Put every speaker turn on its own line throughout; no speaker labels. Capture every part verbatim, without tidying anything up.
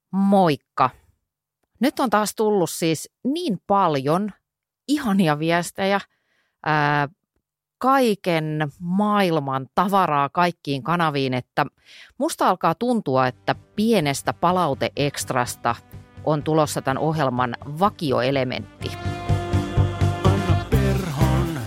Moikka! Nyt on taas tullut siis niin paljon ihania viestejä, ää, kaiken maailman tavaraa kaikkiin kanaviin, että musta alkaa tuntua, että pienestä palauteekstrasta on tulossa tämän ohjelman vakioelementti.
Anna Perhon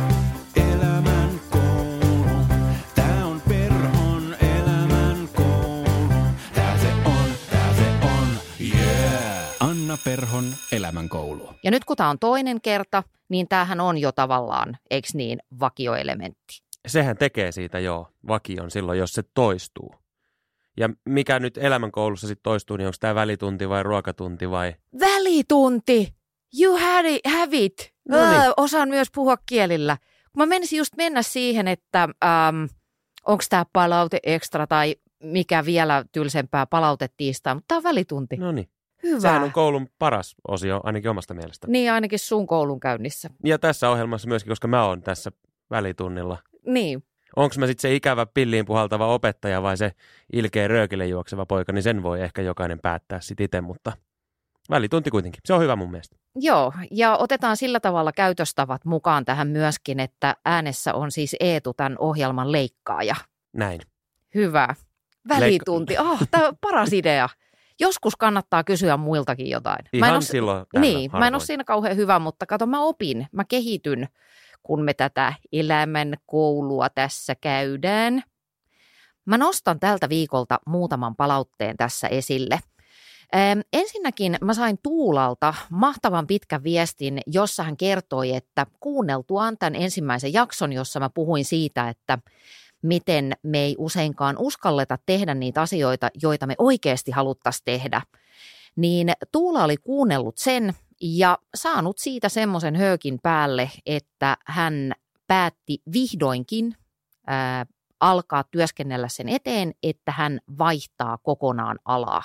elämän koulu. Tää on Perhon elämän koulu. Tää se on, tää se on, yeah! Anna Perhon elämän koulu.
Ja nyt kun tämä on toinen kerta, niin tämähän on jo tavallaan, eikö niin, vakioelementti.
Sehän tekee siitä jo vakion silloin, jos se toistuu. Ja mikä nyt elämänkoulussa sitten toistuu, niin onko tämä välitunti vai ruokatunti vai?
Välitunti! You had it, have it!
No niin.
Öö, osaan myös puhua kielillä. Mä menisin just mennä siihen, että ähm, onko tämä palaute ekstra tai mikä vielä tylsempää palautetiistaa, mutta tämä on välitunti.
No niin.
Hyvä.
Sehän on koulun paras osio, ainakin omasta mielestä.
Niin, ainakin sun koulun käynnissä.
Ja tässä ohjelmassa myöskin, koska mä oon tässä välitunnilla.
Niin.
Onko mä sitten se ikävä pilliin puhaltava opettaja vai se ilkeä röökille juokseva poika, niin sen voi ehkä jokainen päättää sitten itse, mutta välitunti kuitenkin. Se on hyvä mun mielestä.
Joo, ja otetaan sillä tavalla käytöstavat mukaan tähän myöskin, että äänessä on siis Eetu, tämän ohjelman leikkaaja.
Näin.
Hyvä. Välitunti. Ah, oh, tämä on paras idea. Joskus kannattaa kysyä muiltakin jotain.
Ihan
mä en
silloin
ole, Niin, harvoin. Mä en ole siinä kauhean hyvä, mutta kato, mä opin, mä kehityn, kun me tätä elämän koulua tässä käydään. Mä nostan tältä viikolta muutaman palautteen tässä esille. Ähm, ensinnäkin mä sain Tuulalta mahtavan pitkän viestin, jossa hän kertoi, että kuunneltuaan tämän ensimmäisen jakson, jossa mä puhuin siitä, että miten me ei useinkaan uskalleta tehdä niitä asioita, joita me oikeasti haluttaisiin tehdä, niin Tuula oli kuunnellut sen ja saanut siitä semmoisen höökin päälle, että hän päätti vihdoinkin ää, alkaa työskennellä sen eteen, että hän vaihtaa kokonaan alaa.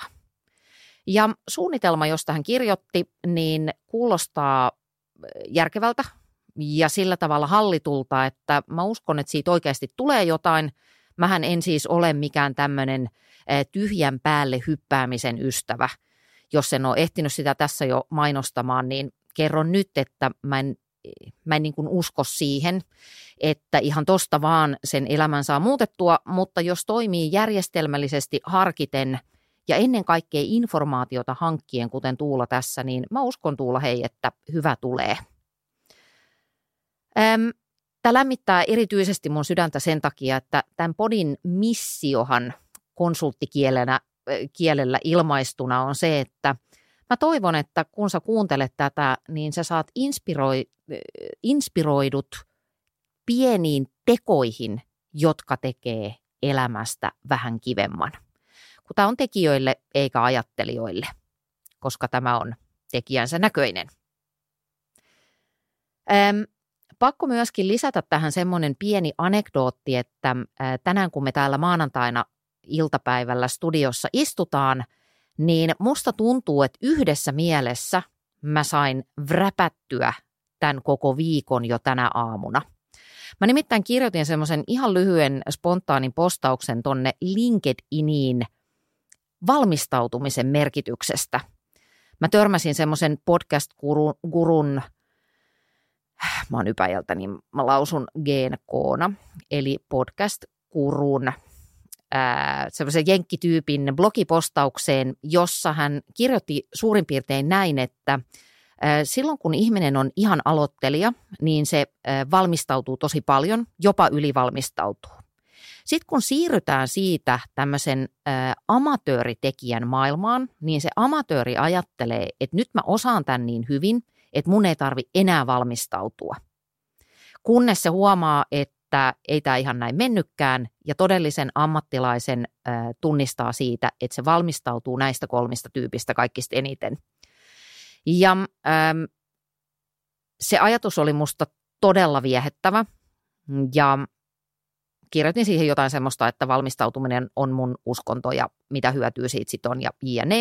Ja suunnitelma, josta hän kirjoitti, niin kuulostaa järkevältä ja sillä tavalla hallitulta, että mä uskon, että siitä oikeasti tulee jotain. Mähän en siis ole mikään tämmöinen tyhjän päälle hyppäämisen ystävä. Jos en ole ehtinyt sitä tässä jo mainostamaan, niin kerron nyt, että mä en, mä en niin kuin usko siihen, että ihan tosta vaan sen elämän saa muutettua, mutta jos toimii järjestelmällisesti harkiten ja ennen kaikkea informaatiota hankkien, kuten Tuula tässä, niin mä uskon Tuula hei, että hyvä tulee. Tämä lämmittää erityisesti mun sydäntä sen takia, että tämän podin missiohan konsulttikielenä kielellä ilmaistuna on se, että mä toivon, että kun sä kuuntelet tätä, niin sä saat inspiroi, inspiroidut pieniin tekoihin, jotka tekee elämästä vähän kivemman. Kun tämä on tekijöille eikä ajattelijoille, koska tämä on tekijänsä näköinen. Ähm, Pakko myöskin lisätä tähän semmoinen pieni anekdootti, että tänään kun me täällä maanantaina iltapäivällä studiossa istutaan, niin musta tuntuu, että yhdessä mielessä mä sain vräpättyä tämän koko viikon jo tänä aamuna. Mä nimittäin kirjoitin semmoisen ihan lyhyen spontaanin postauksen tonne LinkedIniin valmistautumisen merkityksestä. Mä törmäsin semmoisen podcast-gurun, mä oon ypäjältä, niin mä lausun G-koona, eli podcast-gurun semmoisen jenkkityypin blogipostaukseen, jossa hän kirjoitti suurin piirtein näin, että ää, silloin kun ihminen on ihan aloittelija, niin se ää, valmistautuu tosi paljon, jopa ylivalmistautuu. Sitten kun siirrytään siitä tämmöisen ää, amatööritekijän maailmaan, niin se amatööri ajattelee, että nyt mä osaan tämän niin hyvin, että mun ei tarvi enää valmistautua. Kunnes se huomaa, että ei tämä ihan näin mennytkään ja todellisen ammattilaisen ää, tunnistaa siitä, että se valmistautuu näistä kolmista tyypistä kaikista eniten. Ja ää, se ajatus oli musta todella viehättävä ja kirjoitin siihen jotain semmoista, että valmistautuminen on mun uskonto ja mitä hyötyä siitä sitten on ja jne.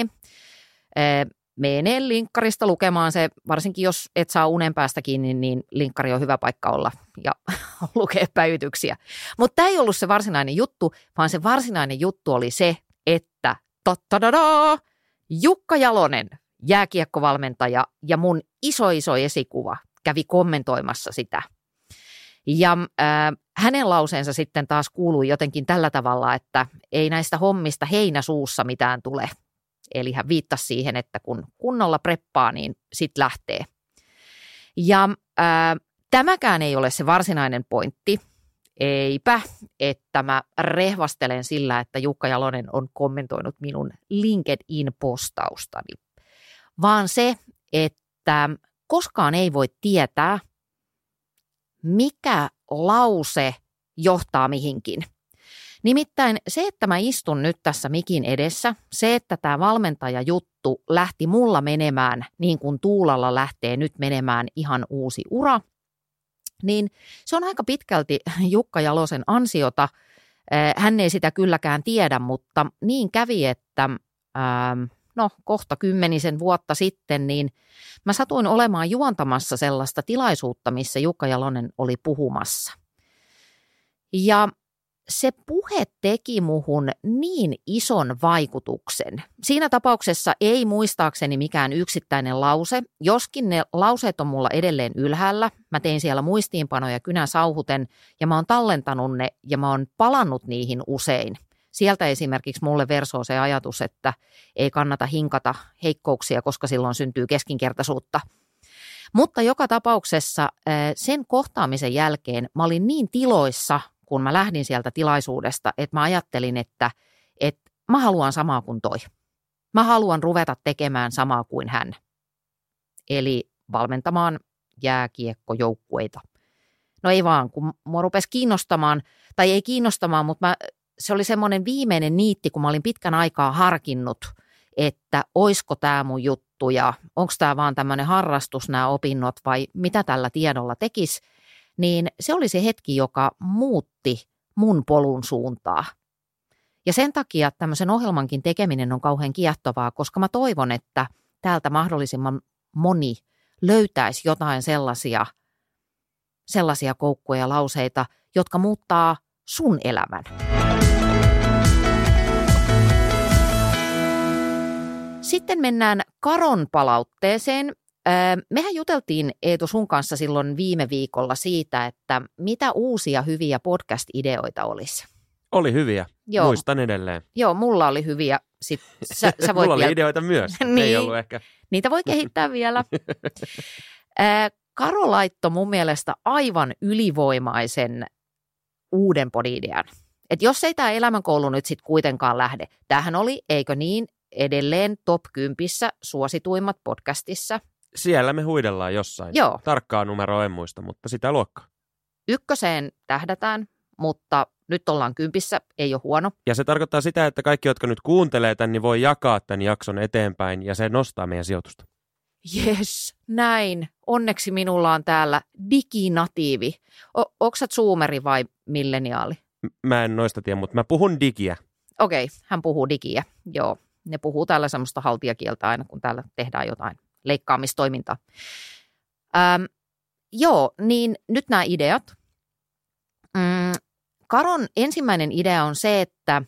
Mene linkkarista lukemaan se, varsinkin jos et saa unen päästä kiinni, niin linkkari on hyvä paikka olla ja lukea päivityksiä. Mutta tämä ei ollut se varsinainen juttu, vaan se varsinainen juttu oli se, että tattadadaa, Jukka Jalonen, jääkiekkovalmentaja ja mun iso iso esikuva, kävi kommentoimassa sitä. Ja äh, hänen lauseensa sitten taas kuului jotenkin tällä tavalla, että ei näistä hommista heinäsuussa mitään tule. Eli hän viittasi siihen, että kun kunnolla preppaa, niin sit lähtee. Ja äh, tämäkään ei ole se varsinainen pointti. Eipä, että mä rehvastelen sillä, että Jukka Jalonen on kommentoinut minun LinkedIn-postaustani. Vaan se, että koskaan ei voi tietää, mikä lause johtaa mihinkin. Nimittäin se, että mä istun nyt tässä mikin edessä, se, että tämä valmentajajuttu lähti mulla menemään niin kuin Tuulalla lähtee nyt menemään ihan uusi ura, niin se on aika pitkälti Jukka Jalosen ansiota. Hän ei sitä kylläkään tiedä, mutta niin kävi, että no kohta kymmenisen vuotta sitten, niin mä satuin olemaan juontamassa sellaista tilaisuutta, missä Jukka Jalonen oli puhumassa. Ja se puhe teki muhun niin ison vaikutuksen. Siinä tapauksessa ei muistaakseni mikään yksittäinen lause, joskin ne lauseet on mulla edelleen ylhäällä. Mä tein siellä muistiinpanoja kynän sauhuten ja mä oon tallentanut ne ja mä oon palannut niihin usein. Sieltä esimerkiksi mulle versoo se ajatus, että ei kannata hinkata heikkouksia, koska silloin syntyy keskinkertaisuutta. Mutta joka tapauksessa sen kohtaamisen jälkeen mä olin niin tiloissa, kun mä lähdin sieltä tilaisuudesta, että mä ajattelin, että, että mä haluan samaa kuin toi. Mä haluan ruveta tekemään samaa kuin hän. Eli valmentamaan jääkiekkojoukkueita. No ei vaan, kun mua rupesi kiinnostamaan, tai ei kiinnostamaan, mutta mä, se oli semmoinen viimeinen niitti, kun mä olin pitkän aikaa harkinnut, että oisko tämä mun juttu ja onko tämä vaan tämmöinen harrastus nämä opinnot vai mitä tällä tiedolla tekisi. Niin se oli se hetki, joka muutti mun polun suuntaa. Ja sen takia tämmöisen ohjelmankin tekeminen on kauhean kiehtovaa, koska mä toivon, että täältä mahdollisimman moni löytäisi jotain sellaisia, sellaisia koukkuja ja lauseita, jotka muuttaa sun elämän. Sitten mennään Karon palautteeseen. Mehän juteltiin, Eetu, sun kanssa silloin viime viikolla siitä, että mitä uusia hyviä podcast-ideoita olisi.
Oli hyviä. Joo. Muistan edelleen.
Joo, mulla oli hyviä. Sit sä, sä voit
mulla oli
vielä...
ideoita myös,
niin,
ei ollut ehkä.
Niitä voi kehittää vielä. Karo laittoi mun mielestä aivan ylivoimaisen uuden podi-idean. Että jos ei tämä elämänkoulu nyt sitten kuitenkaan lähde. Tämähän oli, eikö niin, edelleen top kympissä suosituimmat podcastissa.
Siellä me huidellaan jossain.
Joo.
Tarkkaa numeroa en muista, mutta sitä luokkaa.
Ykköseen tähdätään, mutta nyt ollaan kympissä, ei ole huono.
Ja se tarkoittaa sitä, että kaikki, jotka nyt kuuntelee tämän, niin voi jakaa tämän jakson eteenpäin ja se nostaa meidän sijoitusta.
Jes, näin. Onneksi minulla on täällä diginatiivi. O- Onko sä zoomeri vai milleniaali?
M- mä en noista tiedä, mutta mä puhun digiä.
Okei, okay, hän puhuu digiä. Joo, ne puhuu täällä semmoista haltijakieltä aina, kun täällä tehdään jotain leikkaamistoimintaa. Ähm, joo, niin nyt nämä ideat. Mm, Karon ensimmäinen idea on se, että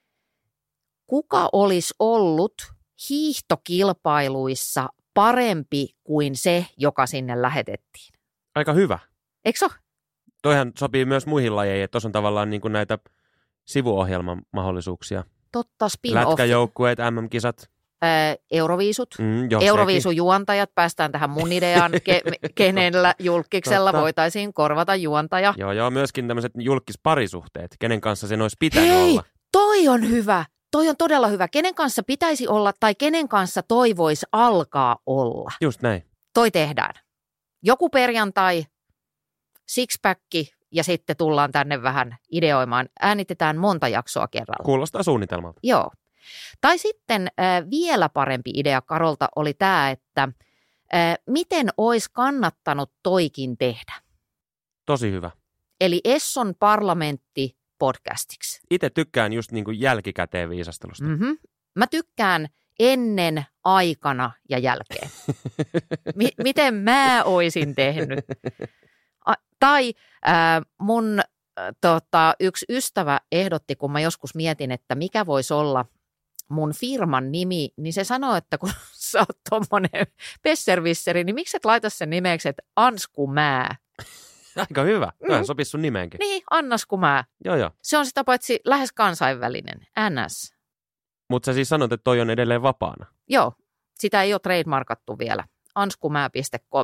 kuka olisi ollut hiihtokilpailuissa parempi kuin se, joka sinne lähetettiin.
Aika hyvä.
Eikö ole?
Toihan sopii myös muihin lajeihin, että tuossa on tavallaan niin kuin näitä sivuohjelman mahdollisuuksia.
Totta, spin-off.
Lätkäjoukkueet, M M-kisat.
Ää, Euroviisut.
Mm,
Euroviisujuontajat, päästään tähän mun ideaan, ke- kenellä julkiksella
Totta.
voitaisiin korvata juontaja.
Joo, joo, myöskin tämmöiset julkisparisuhteet, kenen kanssa sen olisi pitänyt
Hei,
olla.
toi on hyvä. Toi on todella hyvä. Kenen kanssa pitäisi olla tai kenen kanssa toi voisi alkaa olla.
Just näin.
Toi tehdään. Joku perjantai, sixpacki ja sitten tullaan tänne vähän ideoimaan. Äänitetään monta jaksoa kerralla.
Kuulostaa suunnitelmalta.
Joo. Tai sitten äh, vielä parempi idea Karolta oli tämä, että äh, miten olisi kannattanut toikin tehdä.
Tosi hyvä.
Eli Esson parlamentti podcastiksi.
Itse tykkään just niin kuin jälkikäteen viisastelusta.
Mm-hmm. Mä tykkään ennen, aikana ja jälkeen. M- miten mä oisin tehnyt? A- tai äh, mun äh, tota, yksi ystävä ehdotti, kun mä joskus mietin, että mikä voisi olla mun firman nimi, niin se sanoo, että kun sä oot tommonen besservisseri, niin miksi et laita sen nimeksi, että Anskumää?
Aika hyvä. Tämä
Mm.
sopisi sun nimeenkin.
Niin, Annaskumää.
Joo, joo.
Se on sitä paitsi lähes kansainvälinen, N S.
Mutta sä siis sanot, että toi on edelleen vapaana.
Joo, sitä ei ole trademarkattu vielä. anskumää piste com.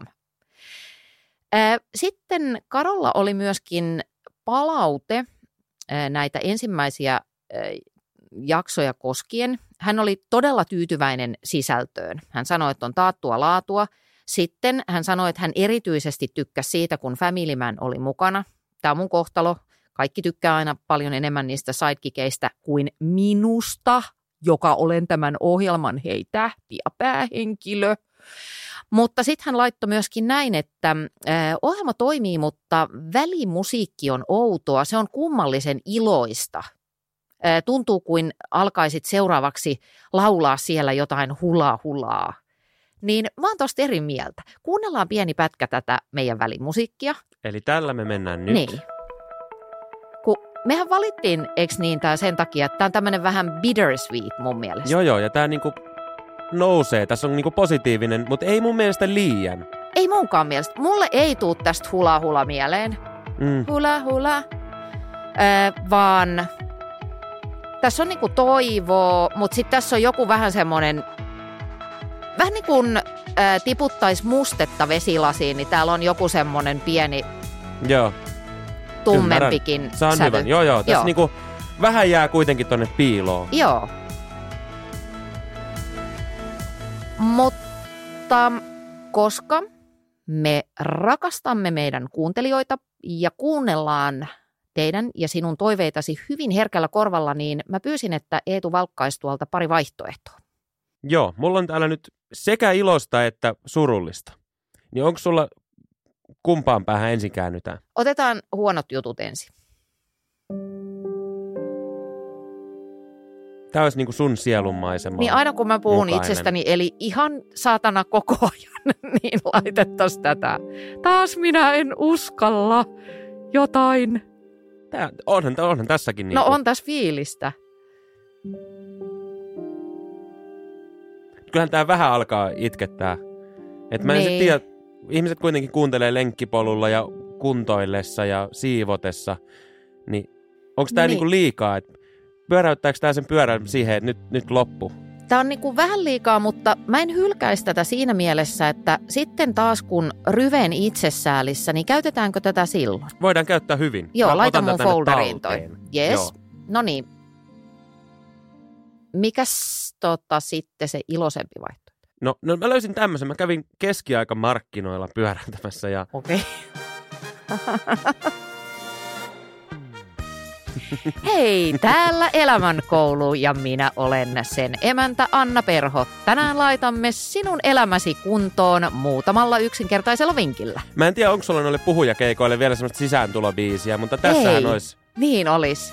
Sitten Karolla oli myöskin palaute näitä ensimmäisiä jaksoja koskien. Hän oli todella tyytyväinen sisältöön. Hän sanoi, että on taattua laatua. Sitten hän sanoi, että hän erityisesti tykkäsi siitä, kun Family Man oli mukana. Tämä on mun kohtalo. Kaikki tykkää aina paljon enemmän niistä sidekickeistä kuin minusta, joka olen tämän ohjelman hei tähti ja päähenkilö. Mutta sitten hän laittoi myöskin näin, että äh, ohjelma toimii, mutta välimusiikki on outoa. Se on kummallisen iloista. Äh, tuntuu kuin alkaisit seuraavaksi laulaa siellä jotain hula-hulaa. Niin mä oon tosta eri mieltä. Kuunnellaan pieni pätkä tätä meidän välimusiikkia.
Eli tällä me mennään nyt.
Niin. Kun mehän valittiin, eikö niin, tää sen takia, että tää on tämmönen vähän bittersweet mun mielestä.
Joo, joo, ja tää niinku nousee. Tässä on niinku positiivinen, mutta ei mun mielestä liian.
Ei munkaan mielestä. Mulle ei tuu tästä hula-hula mieleen.
Mm.
Hula-hula. Äh, vaan tässä on niinku toivoa, mutta sitten tässä on joku vähän semmoinen, vähän niin kuin äh, tiputtaisi mustetta vesilasiin, niin täällä on joku semmoinen pieni
Joo.
tummempikin
Saan
sävy.
hyvän. Joo, joo. Tässä
Joo.
niinku vähän jää kuitenkin tonne piiloon.
Joo. Mutta koska me rakastamme meidän kuuntelijoita ja kuunnellaan teidän ja sinun toiveitasi hyvin herkällä korvalla, niin mä pyysin, että Eetu valkkaisi tuolta pari vaihtoehtoa.
Joo, mulla on täällä nyt sekä ilosta että surullista. Niin onko sulla kumpaan päähän ensin käännytään?
Otetaan huonot jutut ensin.
Tämä olisi niinku sun sielunmaisema.
Niin aina kun mä puhun
mukainen.
itsestäni, eli ihan saatana koko ajan, niin laitettaisiin tätä. Taas minä en uskalla jotain.
Tää, onhan, onhan tässäkin niinku.
No on tässä fiilistä.
Kyllähän tää vähän alkaa itkettää. Et mä en
Niin.
sit tiedä, ihmiset kuitenkin kuuntelee lenkkipolulla ja kuntoillessa ja siivotessa. Niin onko tää
Niin.
niinku liikaa? Et pyöräyttääkö tää sen pyörän siihen, että nyt, nyt loppu?
Tämä on niinku vähän liikaa, mutta mä en hylkäisi tätä siinä mielessä, että sitten taas kun ryven itsesäälissä, niin käytetäänkö tätä silloin?
Voidaan käyttää hyvin.
Joo,
Mä
laita
otan
mun
tän tänne
folderiin toi.
talteen.
Yes.
Joo.
No niin. Mikäs tota sitten se iloisempi vaihtoehto?
No, no mä löysin tämmöisen. Mä kävin keskiaikamarkkinoilla pyörähtämässä ja
Okei. Hei, täällä Elämänkoulu ja minä olen sen emäntä Anna Perho. Tänään laitamme sinun elämäsi kuntoon muutamalla yksinkertaisella vinkillä.
mä en tiedä, onko sulla noille puhujakeikoille vielä semmoista sisääntulobiisiä, mutta tässähän
Ei.
olisi.
Niin olisi.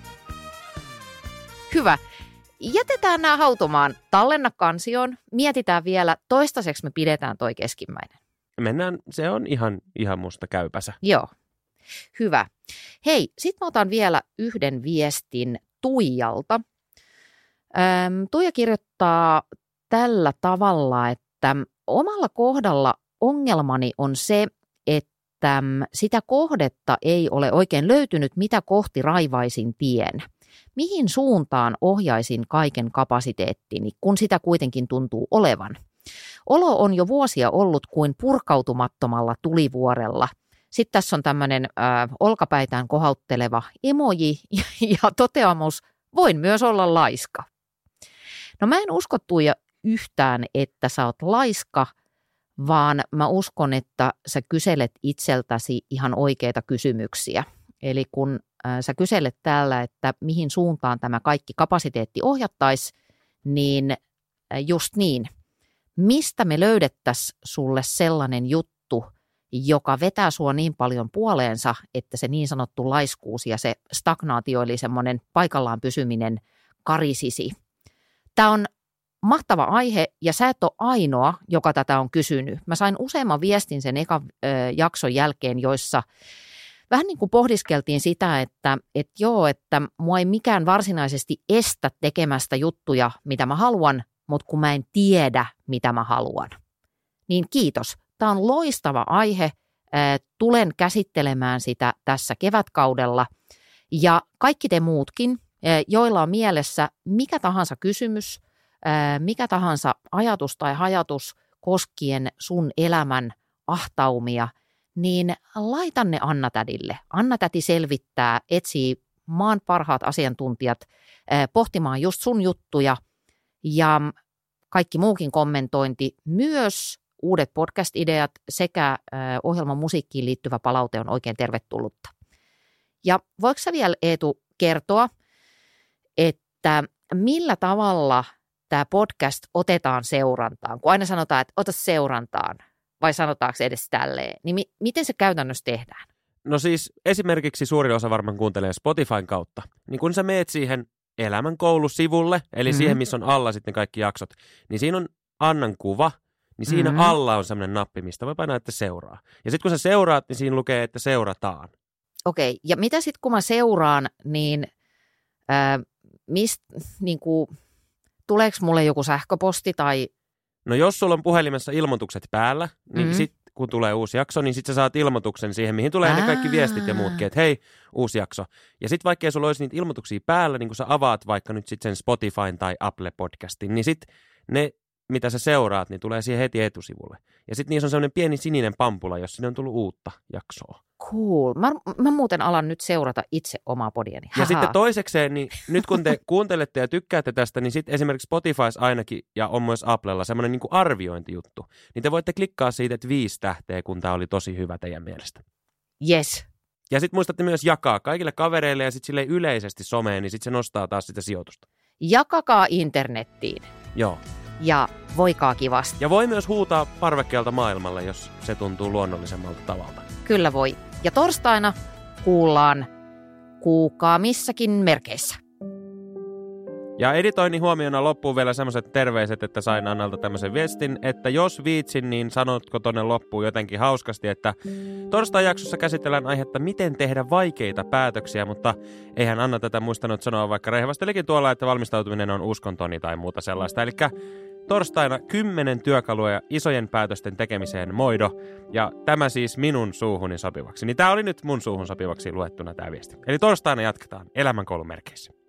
Hyvä. Jätetään nämä hautumaan. Tallenna kansioon. Mietitään vielä. Toistaiseksi me pidetään toi keskimmäinen.
Mennään, se on ihan, ihan musta käypäsä.
Joo. Hyvä. Hei, sit mä otan vielä yhden viestin Tuijalta. Öm, Tuija kirjoittaa tällä tavalla, että omalla kohdalla ongelmani on se, että sitä kohdetta ei ole oikein löytynyt, mitä kohti raivaisin tien. Mihin suuntaan ohjaisin kaiken kapasiteettini, kun sitä kuitenkin tuntuu olevan? Olo on jo vuosia ollut kuin purkautumattomalla tulivuorella. Sitten tässä on tämmöinen äh, olkapäitään kohautteleva emoji ja, ja toteamus, voin myös olla laiska. No mä en usko Tuija yhtään, että sä oot laiska, vaan mä uskon, että sä kyselet itseltäsi ihan oikeita kysymyksiä. Eli kun äh, sä kyselet täällä, että mihin suuntaan tämä kaikki kapasiteetti ohjattaisi, niin äh, just niin. Mistä me löydettäisiin sulle sellainen juttu, joka vetää sua niin paljon puoleensa, että se niin sanottu laiskuus ja se stagnaatio, eli semmoinen paikallaan pysyminen karisisi. Tämä on mahtava aihe ja sä et ole ainoa, joka tätä on kysynyt. Mä sain useamman viestin sen ekan ö, jakson jälkeen, joissa vähän niin kuin pohdiskeltiin sitä, että, että joo, että mua ei mikään varsinaisesti estä tekemästä juttuja, mitä mä haluan, mutta kun mä en tiedä, mitä mä haluan. Niin kiitos. Tämä on loistava aihe. Tulen käsittelemään sitä tässä kevätkaudella. Ja kaikki te muutkin, joilla on mielessä mikä tahansa kysymys, mikä tahansa ajatus tai hajatus koskien sun elämän ahtaumia, niin laita ne Anna-tädille. Anna-täti selvittää, etsii maan parhaat asiantuntijat pohtimaan just sun juttuja ja kaikki muukin kommentointi, myös uudet podcast-ideat sekä ohjelman musiikkiin liittyvä palaute on oikein tervetullutta. Ja voiko sä vielä, Eetu, kertoa, että millä tavalla tämä podcast otetaan seurantaan? Kun aina sanotaan, että ota seurantaan, vai sanotaanko se edes tälleen, niin mi- miten se käytännössä tehdään?
No siis esimerkiksi suurin osa varmaan kuuntelee Spotifyn kautta. Niin kun sä meet siihen Elämän koulusivulle, eli mm-hmm. siihen, missä on alla sitten kaikki jaksot, niin siinä on Annan kuva, niin siinä mm-hmm. alla on sellainen nappi, mistä voi painaa, että seuraa. Ja sitten kun sä seuraat, niin siinä lukee, että seurataan.
Okei, ja mitä sitten kun mä seuraan, niin, äh, mist, niin kuin, tuleeko mulle joku sähköposti tai...
No jos sulla on puhelimessa ilmoitukset päällä, niin
Mm-hmm.
sitten kun tulee uusi jakso, niin sitten sä saat ilmoituksen siihen, mihin tulee Ää. ne kaikki viestit ja muutkin, että hei, uusi jakso. Ja sitten vaikka ei sulla olisi niitä ilmoituksia päällä, niin kun sä avaat vaikka nyt sitten sen Spotifyn tai Apple-podcastin, niin sitten ne, mitä sä seuraat, niin tulee siihen heti etusivulle. Ja sitten niissä on sellainen pieni sininen pampula, jos sinne on tullut uutta jaksoa.
Cool. Mä, mä muuten alan nyt seurata itse omaa podiani.
Ja sitten toisekseen, niin nyt kun te kuuntelette ja tykkäätte tästä, niin sitten esimerkiksi Spotifys ainakin ja on myös Applella semmoinen niin kuin arviointijuttu. Niin te voitte klikkaa siitä, että viisi tähteä, kun tämä oli tosi hyvä teidän mielestä.
Yes.
Ja sitten muistatte myös jakaa kaikille kavereille ja sitten silleen yleisesti someen, niin sitten se nostaa taas sitä sijoitusta.
Jakakaa internettiin.
Joo.
Ja voikaa kivasti.
Ja voi myös huutaa parvekkeelta maailmalle, jos se tuntuu luonnollisemmalta tavalta.
Kyllä voi. Ja torstaina kuullaan kuukaa missäkin merkeissä.
Ja editoinnin huomiona loppuu vielä semmoiset terveiset, että sain Annalta tämmöisen viestin, että jos viitsin, niin sanotko tonne loppuun jotenkin hauskasti, että torstain jaksossa käsitellään aihetta, miten tehdä vaikeita päätöksiä, mutta eihän Anna tätä muistanut sanoa, vaikka rehvastelikin tuolla, että valmistautuminen on uskontoni tai muuta sellaista. Eli torstaina kymmenen työkalua isojen päätösten tekemiseen, moido, ja tämä siis minun suuhuni sopivaksi. Niin tämä oli nyt mun suuhun sopivaksi luettuna tämä viesti. Eli torstaina jatketaan elämänkoulun merkeissä.